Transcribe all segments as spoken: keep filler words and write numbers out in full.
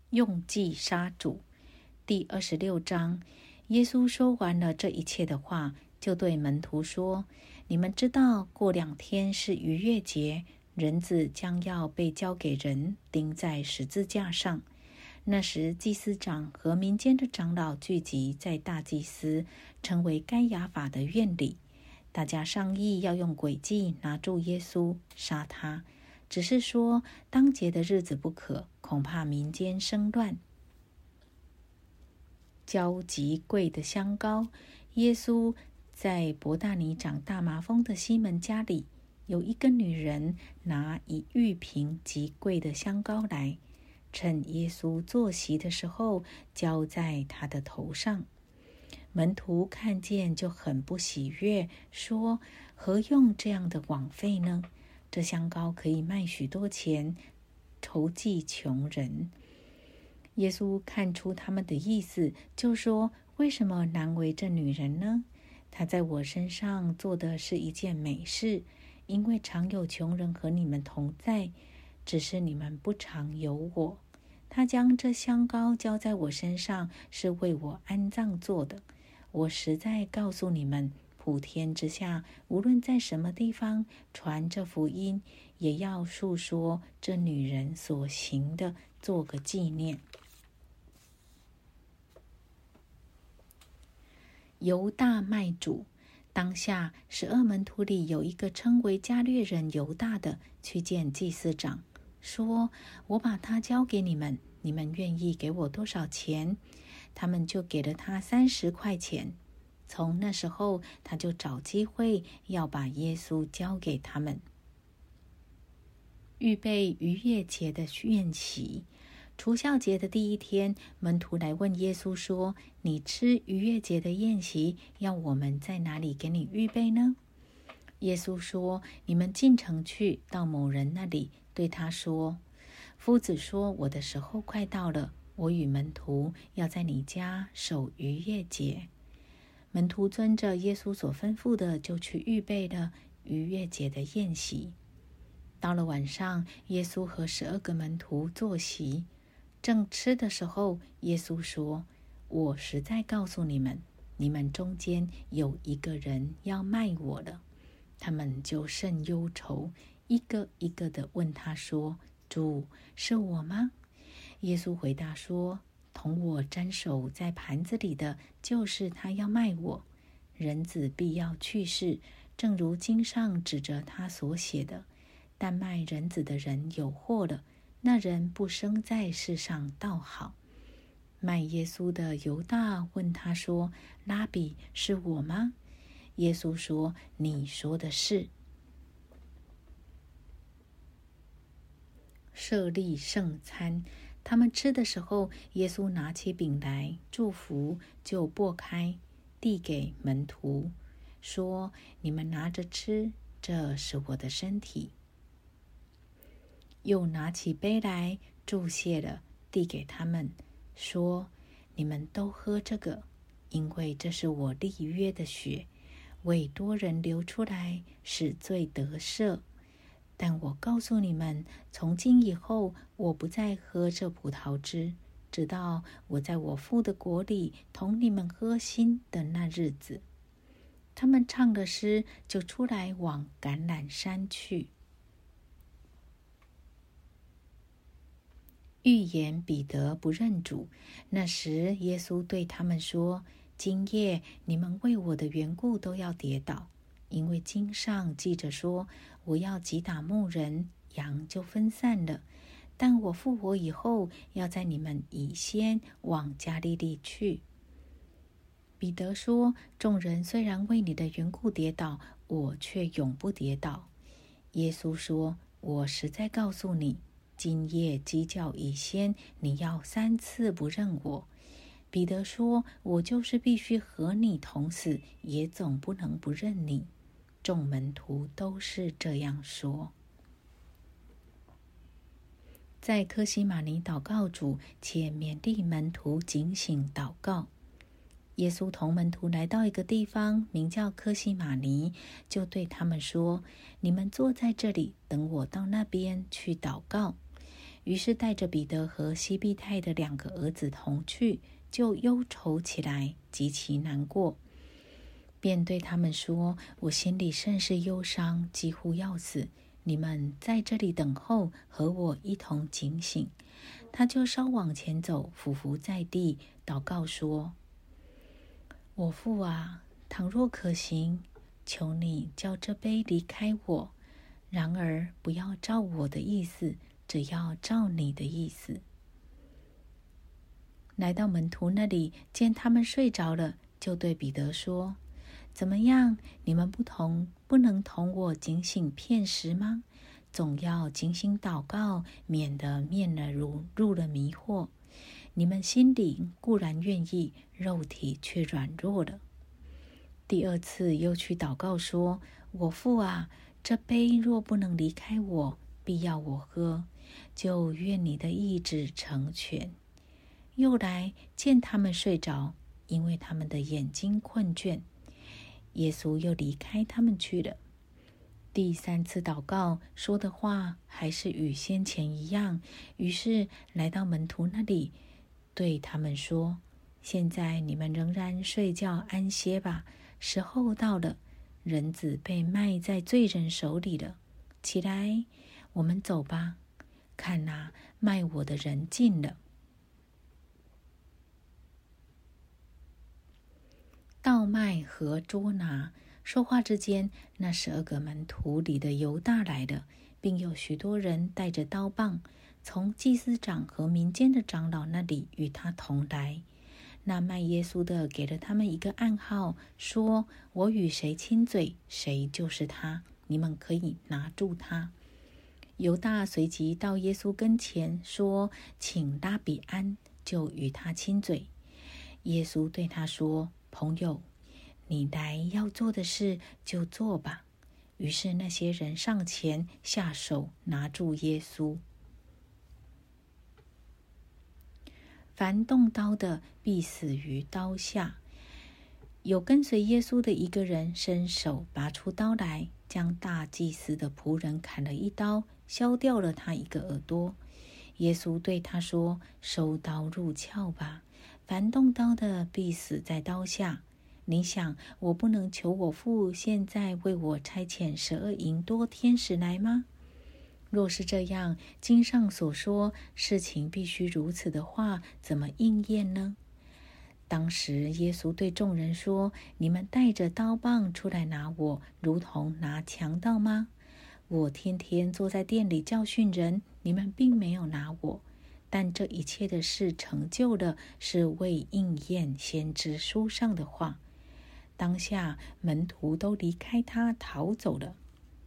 用计杀主。第二十六章，耶稣说完了这一切的话，就对门徒说：你们知道，过两天是逾越节，人子将要被交给人，钉在十字架上。那时，祭司长和民间的长老聚集在大祭司称为该亚法的院里，大家商议要用诡计拿住耶稣，杀他，只是说当节的日子不可，恐怕民间生乱。焦极贵的香膏，耶稣在伯大尼长大麻风的西门家里，有一个女人拿一玉瓶极贵的香膏来，趁耶稣坐席的时候，浇在他的头上。门徒看见就很不喜悦，说：何用这样的枉费呢？这香膏可以卖许多钱，筹济穷人。耶稣看出他们的意思，就说：为什么难为这女人呢？她在我身上做的是一件美事，因为常有穷人和你们同在，只是你们不常有我。她将这香膏浇在我身上，是为我安葬做的。我实在告诉你们，普天之下，无论在什么地方传这福音，也要述说这女人所行的，做个纪念。犹大卖主。当下十二门徒里有一个称为加略人犹大的，去见祭司长，说：我把他交给你们，你们愿意给我多少钱？他们就给了他三十块钱。从那时候，他就找机会要把耶稣交给他们。预备逾越节的宴席。除酵节的第一天，门徒来问耶稣说：你吃逾越节的宴席，要我们在哪里给你预备呢？耶稣说：你们进城去，到某人那里，对他说：夫子说，我的时候快到了，我与门徒要在你家守逾越节。门徒遵着耶稣所吩咐的，就去预备了逾越节的宴席。到了晚上，耶稣和十二个门徒坐席，正吃的时候，耶稣说：我实在告诉你们，你们中间有一个人要卖我了。他们就甚忧愁，一个一个的问他说：主，是我吗？耶稣回答说：同我沾手在盘子里的，就是他要卖我。人子必要去世，正如经上指着他所写的。但卖人子的人有祸了，那人不生在世上倒好。卖耶稣的犹大问他说：拉比，是我吗？耶稣说：你说的是。设立圣餐。他们吃的时候，耶稣拿起饼来，祝福，就擘开，递给门徒，说：你们拿着吃，这是我的身体。又拿起杯来，祝谢了，递给他们，说：你们都喝这个，因为这是我立约的血，为多人流出来，使罪得赦。但我告诉你们，从今以后，我不再喝这葡萄汁，直到我在我父的国里同你们喝新的那日子。他们唱了诗，就出来往橄榄山去。预言彼得不认主。那时耶稣对他们说：今夜你们为我的缘故都要跌倒，因为经上记着说，我要击打牧人，羊就分散了。但我复活以后，要在你们以先往加利利去。彼得说：众人虽然为你的缘故跌倒，我却永不跌倒。耶稣说：我实在告诉你，今夜鸡叫以先，你要三次不认我。彼得说：我就是必须和你同死，也总不能不认你。众门徒都是这样说。在客西马尼祷告主，且勉励门徒警醒祷告。耶稣同门徒来到一个地方，名叫客西马尼，就对他们说：你们坐在这里，等我到那边去祷告。 于是带着彼得和西庇太的两个儿子同去，就忧愁起来，极其难过，便对他们说：我心里甚是忧伤，几乎要死。你们在这里等候，和我一同警醒。他就稍往前走，俯伏在地，祷告说：我父啊，倘若可行，求你叫这杯离开我，然而不要照我的意思，只要照你的意思。来到门徒那里，见他们睡着了，就对彼得说：怎么样，你们不同不能同我警醒片时吗？总要警醒祷告，免得面了入入了迷惑。你们心里固然愿意，肉体却软弱了。第二次又去祷告说：我父啊，这杯若不能离开我，必要我喝，就愿你的意志成全。又来见他们睡着，因为他们的眼睛困倦。耶稣又离开他们去了。第三次祷告说的话还是与先前一样，于是来到门徒那里，对他们说：现在你们仍然睡觉安歇吧，时候到了，人子被卖在罪人手里了。起来，我们走吧。看哪，卖我的人近了。倒卖和捉拿。说话之间，那十二个门徒里的犹大来了，并有许多人带着刀棒，从祭司长和民间的长老那里与他同来。那卖耶稣的给了他们一个暗号，说：我与谁亲嘴，谁就是他，你们可以拿住他。犹大随即到耶稣跟前说：请拉比安，就与他亲嘴。耶稣对他说：朋友，你来要做的事就做吧。于是那些人上前下手拿住耶稣。凡动刀的必死于刀下。有跟随耶稣的一个人伸手拔出刀来，将大祭司的仆人砍了一刀，削掉了他一个耳朵。耶稣对他说：收刀入鞘吧，凡动刀的必死在刀下。你想，我不能求我父现在为我差遣十二营多天使来吗？若是这样，经上所说事情必须如此的话，怎么应验呢？当时耶稣对众人说：你们带着刀棒出来拿我，如同拿强盗吗？我天天坐在店里教训人，你们并没有拿我。但这一切的事成就了，是为应验先知书上的话。当下门徒都离开他逃走了。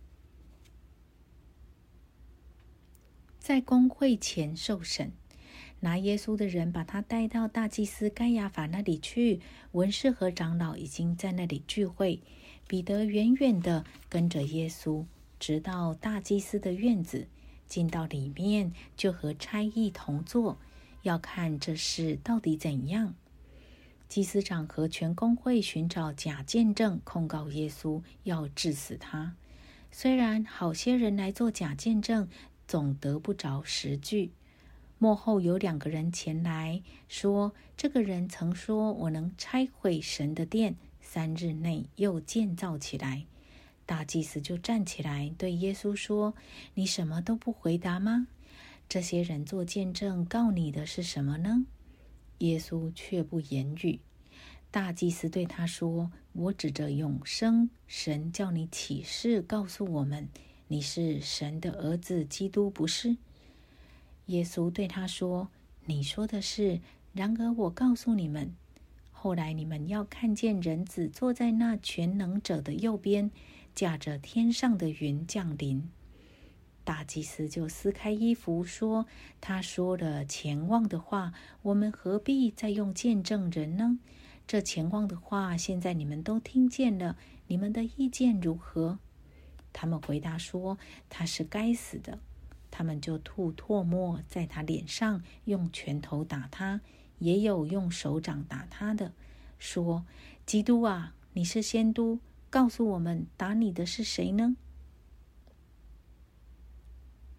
在公会前受审，拿耶稣的人把他带到大祭司该亚法那里去，文士和长老已经在那里聚会。彼得远远地跟着耶稣，直到大祭司的院子，进到里面，就和差役同坐，要看这事到底怎样。祭司长和全公会寻找假见证控告耶稣，要治死他。虽然好些人来做假见证，总得不着实据。末后有两个人前来说，这个人曾说：我能拆毁神的殿，三日内又建造起来。大祭司就站起来对耶稣说：你什么都不回答吗？这些人做见证告你的是什么呢？耶稣却不言语。大祭司对他说：我指着永生神叫你起誓告诉我们，你是神的儿子基督，不是？耶稣对他说：你说的是，然而我告诉你们，后来你们要看见人子坐在那全能者的右边，驾着天上的云降临。大祭司就撕开衣服说：他说了前望的话，我们何必再用见证人呢？这前望的话现在你们都听见了，你们的意见如何？他们回答说：他是该死的。他们就吐唾沫在他脸上，用拳头打他，也有用手掌打他的，说：基督啊，你是先都，告诉我们打你的是谁呢？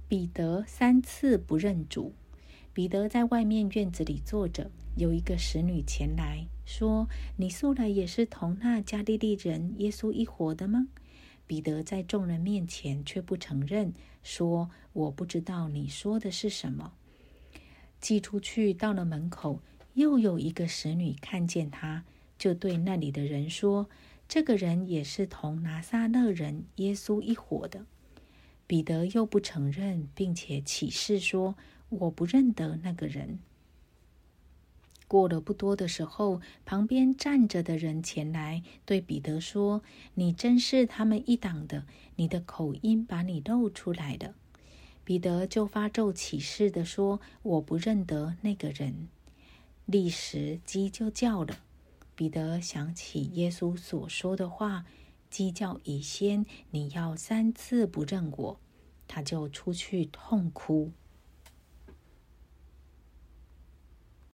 彼得三次不认主。彼得在外面院子里坐着，有一个使女前来说：“你素来也是同那加利利人耶稣一伙的吗？”彼得在众人面前却不承认，说：“我不知道你说的是什么。”寄出去到了门口，又有一个使女看见他，就对那里的人说：“这个人也是同拿撒勒人耶稣一伙的。”彼得又不承认，并且起誓说：“我不认得那个人。”过了不多的时候，旁边站着的人前来对彼得说：“你真是他们一党的，你的口音把你露出来了。”彼得就发咒起誓的说：“我不认得那个人。”立时鸡就叫了。彼得想起耶稣所说的话：“鸡叫以先，你要三次不认我。”他就出去痛哭。